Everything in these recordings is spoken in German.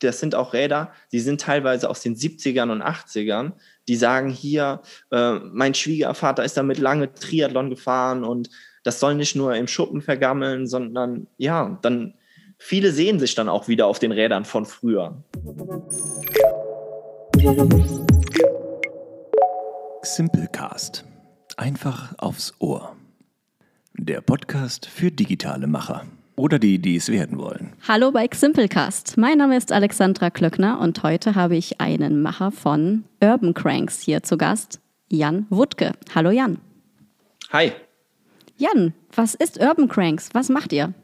das sind auch Räder, die sind teilweise aus den 70ern und 80ern, die sagen hier, mein Schwiegervater ist damit lange Triathlon gefahren und das soll nicht nur im Schuppen vergammeln, sondern ja, dann viele sehen sich dann auch wieder auf den Rädern von früher. Simplecast. Einfach aufs Ohr. Der Podcast für digitale Macher. Oder die es werden wollen. Hallo bei Simplecast. Mein Name ist Alexandra Klöckner und heute habe ich einen Macher von Urban Cranks hier zu Gast, Jan Wuttke. Hallo Jan. Hi. Jan, was ist Urban Cranks? Was macht ihr?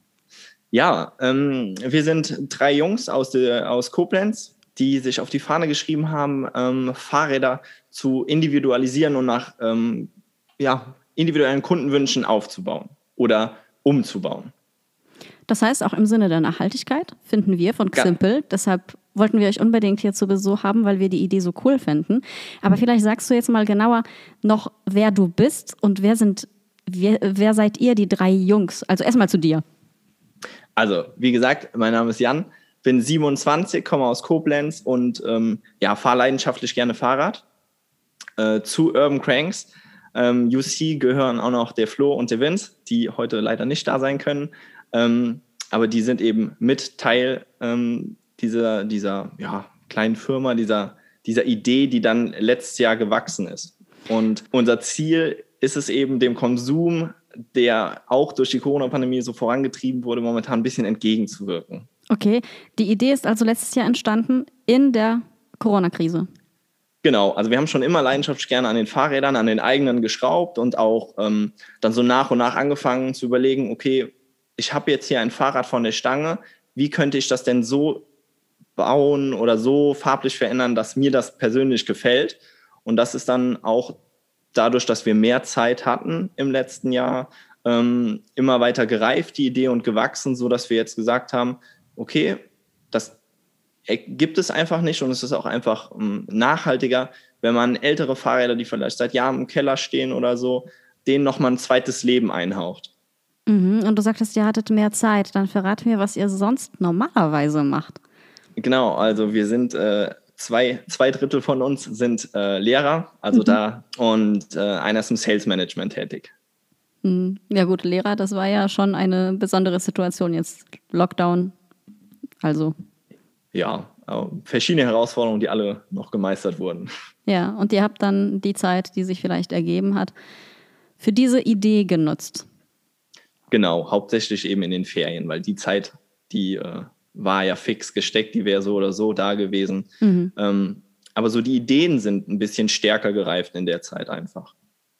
Ja, wir sind 3 Jungs aus Koblenz, die sich auf die Fahne geschrieben haben, Fahrräder zu individualisieren und nach individuellen Kundenwünschen aufzubauen oder umzubauen. Das heißt, auch im Sinne der Nachhaltigkeit finden wir von Ximple. Deshalb wollten wir euch unbedingt hier zu Besuch haben, weil wir die Idee so cool finden. Aber vielleicht sagst du jetzt mal genauer noch, wer du bist und wer seid ihr, die 3 Jungs? Also erstmal zu dir. Also, wie gesagt, mein Name ist Jan, bin 27, komme aus Koblenz und fahre leidenschaftlich gerne Fahrrad. Zu Urban Cranks. UC gehören auch noch der Flo und der Vince, die heute leider nicht da sein können. Aber die sind eben mit Teil dieser kleinen Firma, dieser Idee, die dann letztes Jahr gewachsen ist. Und unser Ziel ist es eben, dem Konsum, der auch durch die Corona-Pandemie so vorangetrieben wurde, momentan ein bisschen entgegenzuwirken. Okay, die Idee ist also letztes Jahr entstanden in der Corona-Krise. Genau, also wir haben schon immer leidenschaftlich gerne an den Fahrrädern, an den eigenen geschraubt und auch dann so nach und nach angefangen zu überlegen, okay, ich habe jetzt hier ein Fahrrad von der Stange, wie könnte ich das denn so bauen oder so farblich verändern, dass mir das persönlich gefällt? Und das ist dann auch dadurch, dass wir mehr Zeit hatten im letzten Jahr, immer weiter gereift, die Idee, und gewachsen, sodass wir jetzt gesagt haben, okay, das gibt es einfach nicht und es ist auch einfach nachhaltiger, wenn man ältere Fahrräder, die vielleicht seit Jahren im Keller stehen oder so, denen nochmal ein zweites Leben einhaucht. Und du sagtest, ihr hattet mehr Zeit. Dann verrat mir, was ihr sonst normalerweise macht. Genau, also wir sind zwei Drittel von uns sind Lehrer, also da, und einer ist im Sales Management tätig. Ja gut, Lehrer, das war ja schon eine besondere Situation jetzt. Lockdown, also. Ja, verschiedene Herausforderungen, die alle noch gemeistert wurden. Ja, und ihr habt dann die Zeit, die sich vielleicht ergeben hat, für diese Idee genutzt. Genau, hauptsächlich eben in den Ferien, weil die Zeit, die war ja fix gesteckt, die wäre so oder so da gewesen. Aber so die Ideen sind ein bisschen stärker gereift in der Zeit einfach.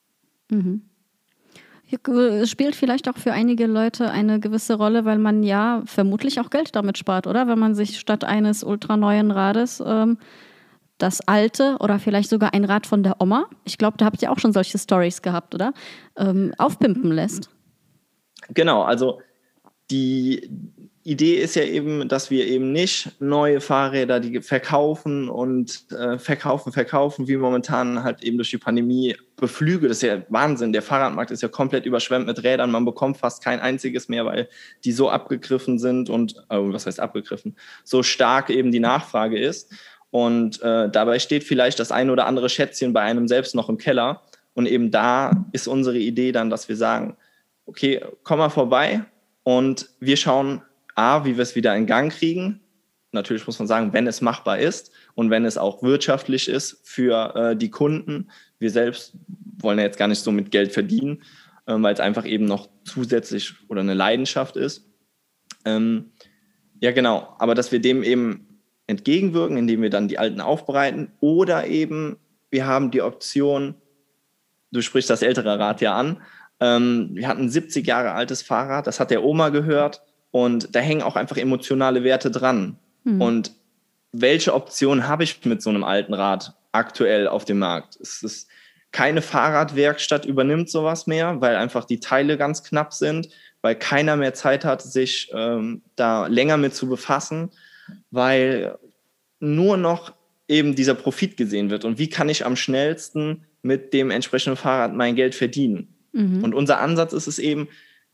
Es spielt vielleicht auch für einige Leute eine gewisse Rolle, weil man ja vermutlich auch Geld damit spart, oder? Wenn man sich statt eines ultraneuen Rades das alte oder vielleicht sogar ein Rad von der Oma, ich glaube, da habt ihr auch schon solche Storys gehabt, oder? Aufpimpen lässt. Genau, also die Idee ist ja eben, dass wir eben nicht neue Fahrräder, die verkaufen und verkaufen, wie momentan halt eben durch die Pandemie beflügelt. Das ist ja Wahnsinn. Der Fahrradmarkt ist ja komplett überschwemmt mit Rädern. Man bekommt fast kein einziges mehr, weil die so abgegriffen sind und, so stark eben die Nachfrage ist. Und dabei steht vielleicht das ein oder andere Schätzchen bei einem selbst noch im Keller. Und eben da ist unsere Idee dann, dass wir sagen, okay, komm mal vorbei und wir schauen, wie wir es wieder in Gang kriegen. Natürlich muss man sagen, wenn es machbar ist und wenn es auch wirtschaftlich ist für die Kunden. Wir selbst wollen ja jetzt gar nicht so mit Geld verdienen, weil es einfach eben noch zusätzlich oder eine Leidenschaft ist. Ja, genau. Aber dass wir dem eben entgegenwirken, indem wir dann die alten aufbereiten, oder eben wir haben die Option, du sprichst das ältere Rad ja an, wir hatten ein 70 Jahre altes Fahrrad, das hat der Oma gehört und da hängen auch einfach emotionale Werte dran. Und welche Option habe ich mit so einem alten Rad aktuell auf dem Markt? Es ist keine Fahrradwerkstatt übernimmt sowas mehr, weil einfach die Teile ganz knapp sind, weil keiner mehr Zeit hat, sich da länger mit zu befassen, weil nur noch eben dieser Profit gesehen wird. Und wie kann ich am schnellsten mit dem entsprechenden Fahrrad mein Geld verdienen? Und unser Ansatz ist es eben,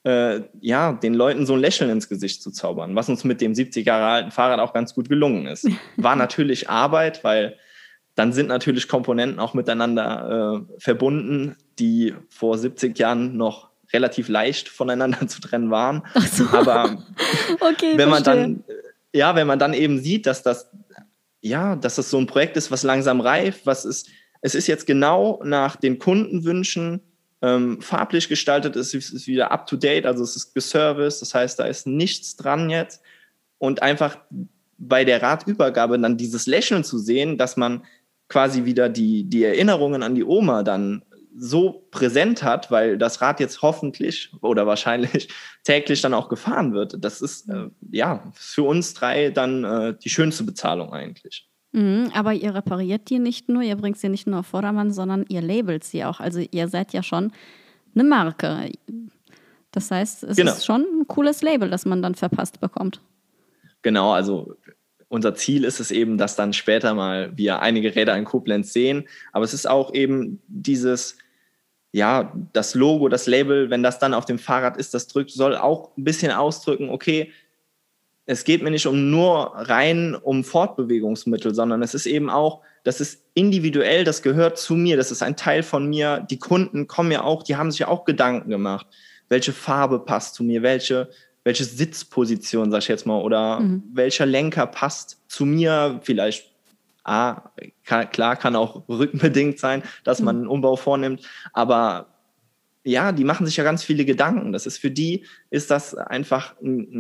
den Leuten so ein Lächeln ins Gesicht zu zaubern, was uns mit dem 70 Jahre alten Fahrrad auch ganz gut gelungen ist. War natürlich Arbeit, weil dann sind natürlich Komponenten auch miteinander verbunden, die vor 70 Jahren noch relativ leicht voneinander zu trennen waren. Ach so. Aber okay, wenn man dann eben sieht, dass das so ein Projekt ist, was langsam reift, es ist jetzt genau nach den Kundenwünschen farblich gestaltet, es ist wieder up to date, also es ist geserviced, das heißt, da ist nichts dran jetzt. Und einfach bei der Radübergabe dann dieses Lächeln zu sehen, dass man quasi wieder die Erinnerungen an die Oma dann so präsent hat, weil das Rad jetzt hoffentlich oder wahrscheinlich täglich dann auch gefahren wird. Das ist für uns 3 dann die schönste Bezahlung eigentlich. Aber ihr repariert die nicht nur, ihr bringt sie nicht nur auf Vordermann, sondern ihr labelt sie auch. Also ihr seid ja schon eine Marke. Das heißt, es ist schon ein cooles Label, das man dann verpasst bekommt. Genau, also unser Ziel ist es eben, dass dann später mal wir einige Räder in Koblenz sehen. Aber es ist auch eben dieses, das Logo, das Label, wenn das dann auf dem Fahrrad ist, soll auch ein bisschen ausdrücken, okay, es geht mir nicht um Fortbewegungsmittel, sondern es ist eben auch, das ist individuell, das gehört zu mir, das ist ein Teil von mir. Die Kunden kommen ja auch, die haben sich ja auch Gedanken gemacht, welche Farbe passt zu mir, welche Sitzposition, sag ich jetzt mal, oder welcher Lenker passt zu mir, vielleicht, kann auch rückenbedingt sein, dass man einen Umbau vornimmt, aber die machen sich ja ganz viele Gedanken. Für die ist das einfach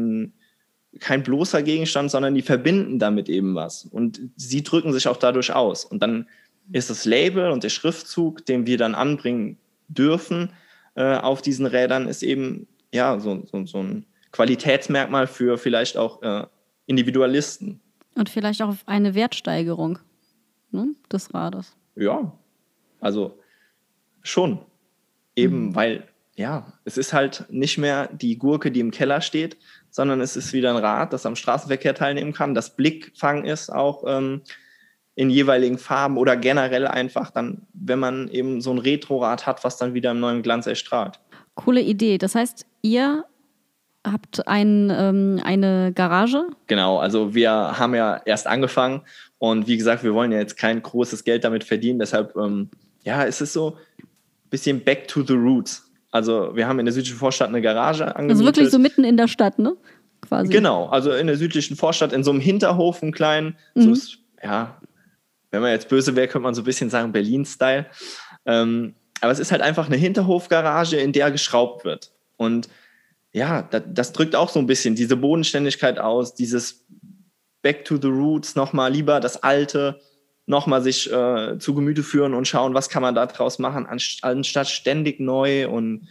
kein bloßer Gegenstand, sondern die verbinden damit eben was. Und sie drücken sich auch dadurch aus. Und dann ist das Label und der Schriftzug, den wir dann anbringen dürfen auf diesen Rädern, ist eben so ein Qualitätsmerkmal für vielleicht auch Individualisten. Und vielleicht auch eine Wertsteigerung, ne, des Rades. Ja, also schon. Eben, weil es ist halt nicht mehr die Gurke, die im Keller steht, sondern es ist wieder ein Rad, das am Straßenverkehr teilnehmen kann, das Blickfang ist auch in jeweiligen Farben oder generell einfach dann, wenn man eben so ein Retrorad hat, was dann wieder im neuen Glanz erstrahlt. Coole Idee. Das heißt, ihr habt eine Garage? Genau, also wir haben ja erst angefangen und wie gesagt, wir wollen ja jetzt kein großes Geld damit verdienen, deshalb es ist so ein bisschen back to the roots. Also wir haben in der südlichen Vorstadt eine Garage angemietet. Also wirklich so mitten in der Stadt, ne? Quasi. Genau, also in der südlichen Vorstadt, in so einem Hinterhof, einen kleinen, so ist, wenn man jetzt böse wäre, könnte man so ein bisschen sagen Berlin-Style. Aber es ist halt einfach eine Hinterhofgarage, in der geschraubt wird. Und das drückt auch so ein bisschen diese Bodenständigkeit aus, dieses Back to the Roots, nochmal lieber das Alte, nochmal sich zu Gemüte führen und schauen, was kann man da draus machen, anstatt ständig neu und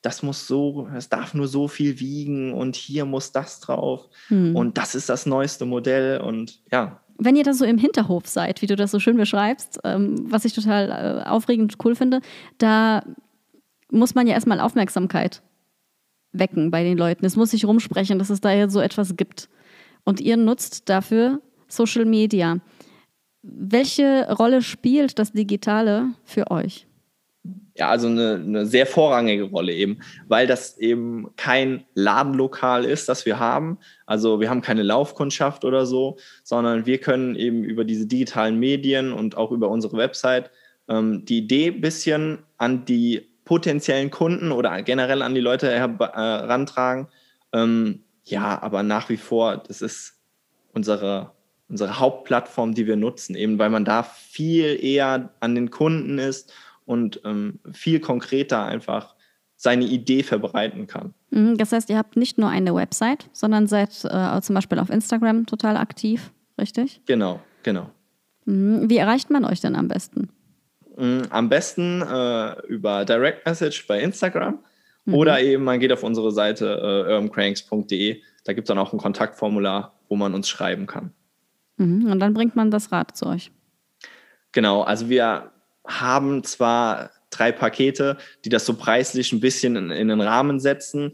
es darf nur so viel wiegen und hier muss das drauf und das ist das neueste Modell und Wenn ihr da so im Hinterhof seid, wie du das so schön beschreibst, was ich total aufregend und cool finde, da muss man ja erstmal Aufmerksamkeit wecken bei den Leuten. Es muss sich rumsprechen, dass es da ja so etwas gibt. Und ihr nutzt dafür Social Media. Welche Rolle spielt das Digitale für euch? Ja, also eine sehr vorrangige Rolle eben, weil das eben kein Ladenlokal ist, das wir haben. Also wir haben keine Laufkundschaft oder so, sondern wir können eben über diese digitalen Medien und auch über unsere Website die Idee ein bisschen an die potenziellen Kunden oder generell an die Leute herantragen. Aber nach wie vor, das ist unsere Hauptplattform, die wir nutzen, eben weil man da viel eher an den Kunden ist und viel konkreter einfach seine Idee verbreiten kann. Das heißt, ihr habt nicht nur eine Website, sondern seid zum Beispiel auf Instagram total aktiv, richtig? Genau. Wie erreicht man euch denn am besten? Am besten über Direct Message bei Instagram oder eben man geht auf unsere Seite urbancranks.de. Da gibt es dann auch ein Kontaktformular, wo man uns schreiben kann. Und dann bringt man das Rad zu euch. Genau, also wir haben zwar 3 Pakete, die das so preislich ein bisschen in den Rahmen setzen.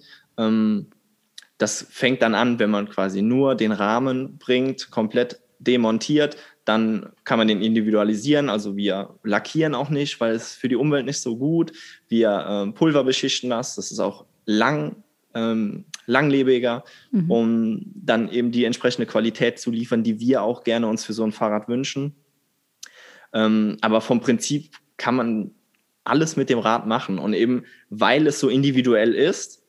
Das fängt dann an, wenn man quasi nur den Rahmen bringt, komplett demontiert, dann kann man den individualisieren. Also wir lackieren auch nicht, weil es für die Umwelt nicht so gut. Wir pulverbeschichten das ist auch langlebiger, um dann eben die entsprechende Qualität zu liefern, die wir auch gerne uns für so ein Fahrrad wünschen. Aber vom Prinzip kann man alles mit dem Rad machen. Und eben, weil es so individuell ist,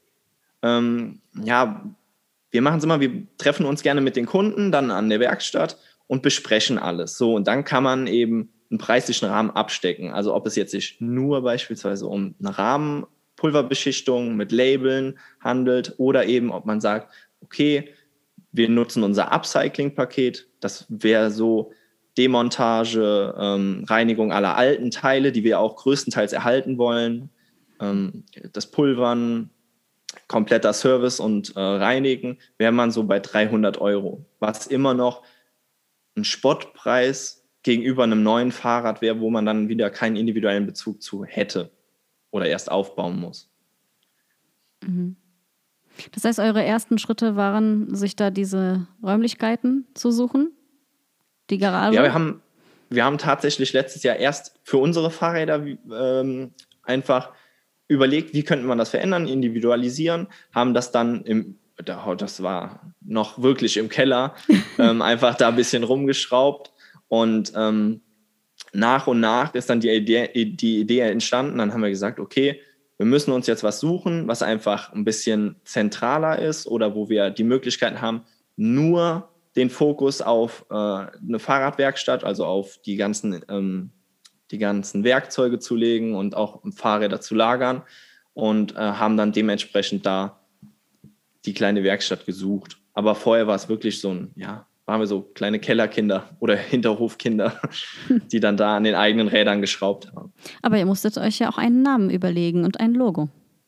wir machen es immer, wir treffen uns gerne mit den Kunden dann an der Werkstatt und besprechen alles. So, und dann kann man eben einen preislichen Rahmen abstecken. Also ob es jetzt sich nur beispielsweise um eine Rahmenpulverbeschichtung mit Labeln handelt oder eben ob man sagt, okay, wir nutzen unser Upcycling-Paket. Das wäre so Demontage, Reinigung aller alten Teile, die wir auch größtenteils erhalten wollen, das Pulvern, kompletter Service und Reinigen, wäre man so bei 300 €, was immer noch ein Spottpreis gegenüber einem neuen Fahrrad wäre, wo man dann wieder keinen individuellen Bezug zu hätte oder erst aufbauen muss. Das heißt, eure ersten Schritte waren, sich da diese Räumlichkeiten zu suchen? Die Garage? Ja, wir haben tatsächlich letztes Jahr erst für unsere Fahrräder einfach überlegt, wie könnte man das verändern, individualisieren, haben das dann das war noch wirklich im Keller, einfach da ein bisschen rumgeschraubt und nach und nach ist dann die Idee entstanden. Dann haben wir gesagt, okay, wir müssen uns jetzt was suchen, was einfach ein bisschen zentraler ist oder wo wir die Möglichkeiten haben, nur den Fokus auf eine Fahrradwerkstatt, also auf die ganzen Werkzeuge zu legen und auch Fahrräder zu lagern und haben dann dementsprechend da die kleine Werkstatt gesucht. Aber vorher war es wirklich waren wir so kleine Kellerkinder oder Hinterhofkinder, die dann da an den eigenen Rädern geschraubt haben. Aber ihr musstet euch ja auch einen Namen überlegen und ein Logo.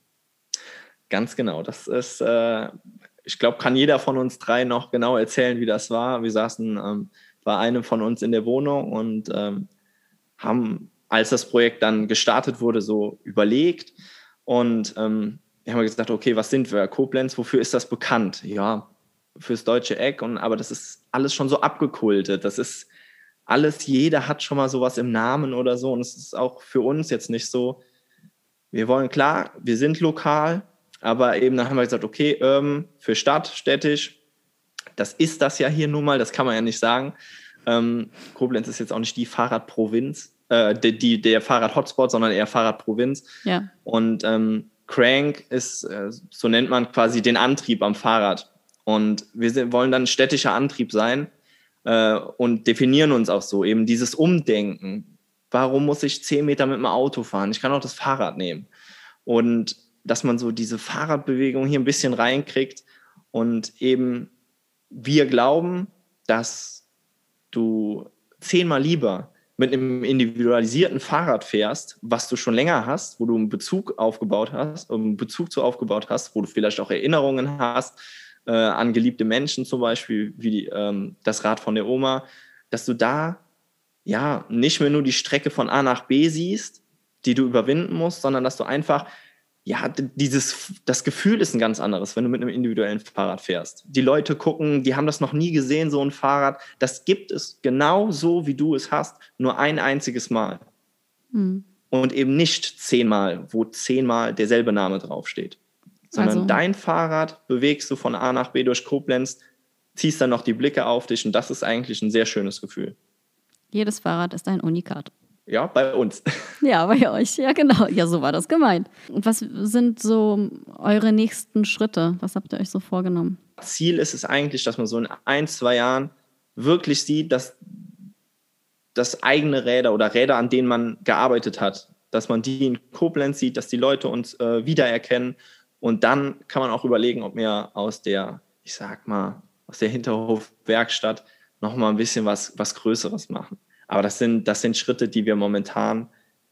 Ganz genau. Das ist, ich glaube, kann jeder von uns drei noch genau erzählen, wie das war. Wir saßen bei einem von uns in der Wohnung und haben, als das Projekt dann gestartet wurde, so überlegt und wir haben gesagt, okay, was sind wir? Koblenz, wofür ist das bekannt? Ja, fürs deutsche Eck, aber das ist alles schon so abgekultet. Das ist alles, jeder hat schon mal sowas im Namen oder so und es ist auch für uns jetzt nicht so, wir wollen, klar, wir sind lokal, aber eben dann haben wir gesagt, okay, für Stadt, städtisch, das ist das ja hier nun mal, das kann man ja nicht sagen. Koblenz ist jetzt auch nicht die Fahrradprovinz, der Fahrrad-Hotspot, sondern eher Fahrradprovinz. Ja. Und Crank ist, so nennt man quasi den Antrieb am Fahrrad. Und wir wollen dann städtischer Antrieb sein und definieren uns auch so, eben dieses Umdenken. Warum muss ich 10 Meter mit dem Auto fahren? Ich kann auch das Fahrrad nehmen. Und dass man so diese Fahrradbewegung hier ein bisschen reinkriegt und eben wir glauben, dass du 10-mal lieber mit einem individualisierten Fahrrad fährst, was du schon länger hast, wo du einen Bezug zu aufgebaut hast, wo du vielleicht auch Erinnerungen hast an geliebte Menschen zum Beispiel, wie das Rad von der Oma, dass du da ja nicht mehr nur die Strecke von A nach B siehst, die du überwinden musst, sondern dass du einfach das Gefühl ist ein ganz anderes, wenn du mit einem individuellen Fahrrad fährst. Die Leute gucken, die haben das noch nie gesehen, so ein Fahrrad. Das gibt es genau so, wie du es hast, nur ein einziges Mal. Und eben nicht 10-mal, wo 10-mal derselbe Name draufsteht. Sondern dein Fahrrad bewegst du von A nach B durch Koblenz, ziehst dann noch die Blicke auf dich und das ist eigentlich ein sehr schönes Gefühl. Jedes Fahrrad ist ein Unikat. Ja, bei uns. Ja, bei euch, ja genau. Ja, so war das gemeint. Und was sind so eure nächsten Schritte? Was habt ihr euch so vorgenommen? Ziel ist es eigentlich, dass man so in 1-2 Jahren wirklich sieht, dass das eigene Räder oder Räder, an denen man gearbeitet hat, dass man die in Koblenz sieht, dass die Leute uns wiedererkennen und dann kann man auch überlegen, ob wir aus der Hinterhofwerkstatt noch mal ein bisschen was Größeres machen. Aber das sind Schritte, die wir momentan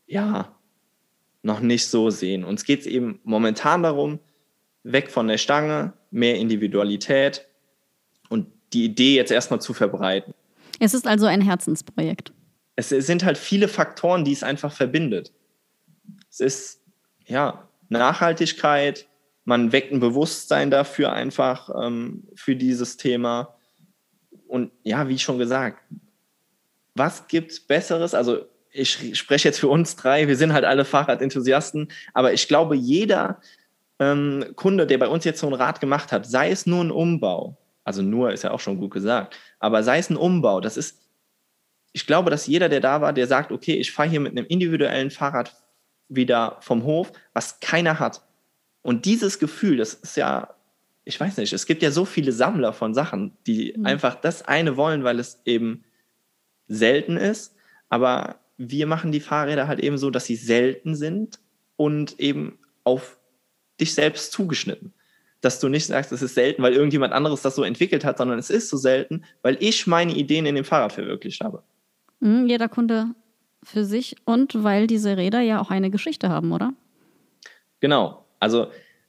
noch nicht so sehen. Uns geht es eben momentan darum, weg von der Stange, mehr Individualität und die Idee jetzt erstmal zu verbreiten. Es ist also ein Herzensprojekt. Es sind halt viele Faktoren, die es einfach verbindet. Es ist Nachhaltigkeit, man weckt ein Bewusstsein dafür einfach für dieses Thema. Und ja, wie schon gesagt, was gibt's Besseres? Also ich spreche jetzt für uns drei, wir sind halt alle Fahrradenthusiasten, aber ich glaube, jeder Kunde, der bei uns jetzt so ein Rad gemacht hat, sei es nur ein Umbau, also nur ist ja auch schon gut gesagt, aber sei es ein Umbau, ich glaube, dass jeder, der da war, der sagt, okay, ich fahre hier mit einem individuellen Fahrrad wieder vom Hof, was keiner hat. Und dieses Gefühl, das ist ja, ich weiß nicht, es gibt ja so viele Sammler von Sachen, die einfach das eine wollen, weil es eben selten ist, aber wir machen die Fahrräder halt eben so, dass sie selten sind und eben auf dich selbst zugeschnitten. Dass du nicht sagst, es ist selten, weil irgendjemand anderes das so entwickelt hat, sondern es ist so selten, weil ich meine Ideen in dem Fahrrad verwirklicht habe. Jeder Kunde für sich und weil diese Räder ja auch eine Geschichte haben, oder? Genau, also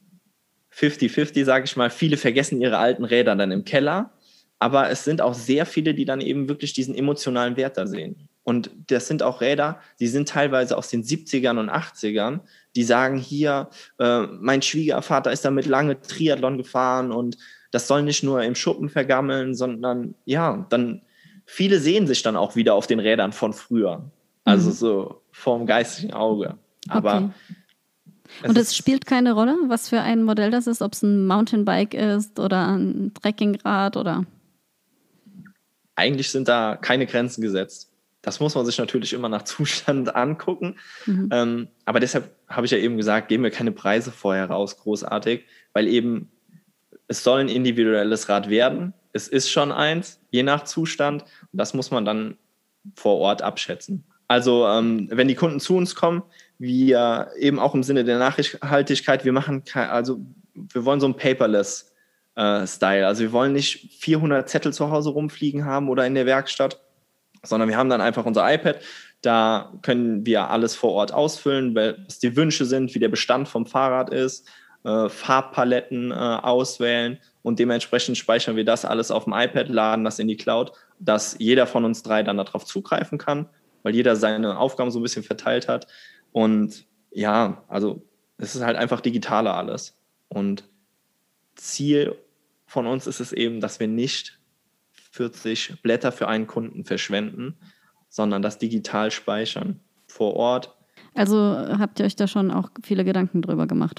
50-50, sage ich mal. Viele vergessen ihre alten Räder dann im Keller, aber es sind auch sehr viele, die dann eben wirklich diesen emotionalen Wert da sehen. Und das sind auch Räder, die sind teilweise aus den 70ern und 80ern, die sagen hier, mein Schwiegervater ist damit lange Triathlon gefahren und das soll nicht nur im Schuppen vergammeln, sondern ja, dann viele sehen sich dann auch wieder auf den Rädern von früher. Also so vorm geistigen Auge. Aber okay. Und es spielt keine Rolle, was für ein Modell das ist, ob es ein Mountainbike ist oder ein Trekkingrad oder... Eigentlich sind da keine Grenzen gesetzt. Das muss man sich natürlich immer nach Zustand angucken. Aber deshalb habe ich ja eben gesagt, geben wir keine Preise vorher raus, großartig, weil eben es soll ein individuelles Rad werden. Es ist schon eins, je nach Zustand. Und das muss man dann vor Ort abschätzen. Also wenn die Kunden zu uns kommen, wir eben auch im Sinne der Nachhaltigkeit, wir wollen so ein Paperless Style. Also wir wollen nicht 400 Zettel zu Hause rumfliegen haben oder in der Werkstatt, sondern wir haben dann einfach unser iPad. Da können wir alles vor Ort ausfüllen, was die Wünsche sind, wie der Bestand vom Fahrrad ist, Farbpaletten auswählen und dementsprechend speichern wir das alles auf dem iPad, laden das in die Cloud, dass jeder von uns 3 dann darauf zugreifen kann, weil jeder seine Aufgaben so ein bisschen verteilt hat. Und ja, also es ist halt einfach digitaler alles. Und Ziel von uns ist es eben, dass wir nicht 40 Blätter für einen Kunden verschwenden, sondern das digital speichern vor Ort. Also habt ihr euch da schon auch viele Gedanken drüber gemacht?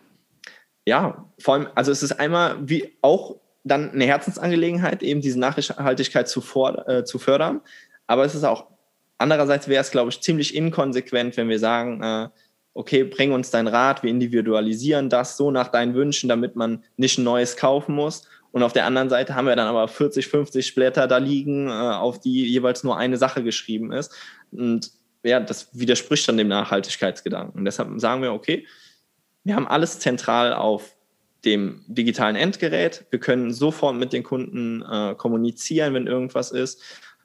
Ja, vor allem, also es ist einmal wie auch dann eine Herzensangelegenheit, eben diese Nachhaltigkeit zu fördern. Aber es ist auch, andererseits wäre es, glaube ich, ziemlich inkonsequent, wenn wir sagen, okay, bring uns dein Rad, wir individualisieren das so nach deinen Wünschen, damit man nicht ein neues kaufen muss. Und auf der anderen Seite haben wir dann aber 40, 50 Blätter da liegen, auf die jeweils nur eine Sache geschrieben ist. Und ja, das widerspricht dann dem Nachhaltigkeitsgedanken. Und deshalb sagen wir, okay, wir haben alles zentral auf dem digitalen Endgerät. Wir können sofort mit den Kunden kommunizieren, wenn irgendwas ist.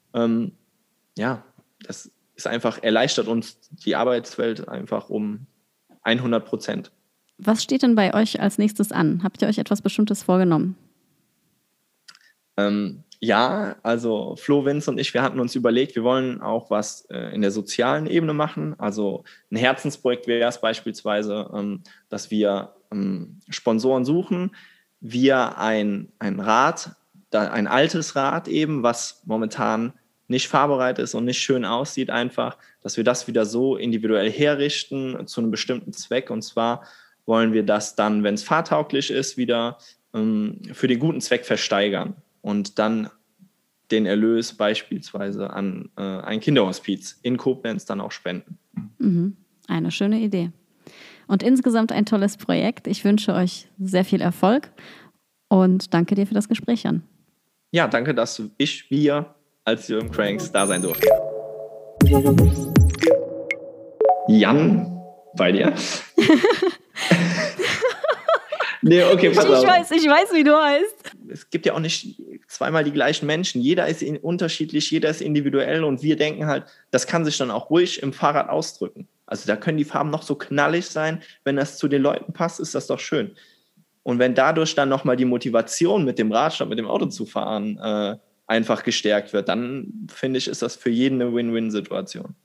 Ja, das ist einfach, erleichtert uns die Arbeitswelt einfach um 100%. Was steht denn bei euch als nächstes an? Habt ihr euch etwas Bestimmtes vorgenommen? Ja, also Flo, Vince und ich, wir hatten uns überlegt, wir wollen auch was in der sozialen Ebene machen. Also ein Herzensprojekt wäre es beispielsweise, dass wir Sponsoren suchen. Wir ein Rad, ein altes Rad eben, was momentan nicht fahrbereit ist und nicht schön aussieht einfach, dass wir das wieder so individuell herrichten zu einem bestimmten Zweck. Und zwar wollen wir das dann, wenn es fahrtauglich ist, wieder für den guten Zweck versteigern und dann den Erlös beispielsweise an ein Kinderhospiz in Koblenz dann auch spenden. Eine schöne Idee. Und insgesamt ein tolles Projekt. Ich wünsche euch sehr viel Erfolg und danke dir für das Gespräch, Jan. Ja, danke, dass wir als Jürgen Cranks da sein durften. Jan, bei dir? Nee, okay, pass auf. Ich weiß, wie du heißt. Es gibt ja auch nicht zweimal die gleichen Menschen. Jeder ist unterschiedlich, jeder ist individuell und wir denken halt, das kann sich dann auch ruhig im Fahrrad ausdrücken. Also da können die Farben noch so knallig sein, wenn das zu den Leuten passt, ist das doch schön. Und wenn dadurch dann nochmal die Motivation mit dem Rad statt mit dem Auto zu fahren einfach gestärkt wird, dann finde ich, ist das für jeden eine Win-Win-Situation.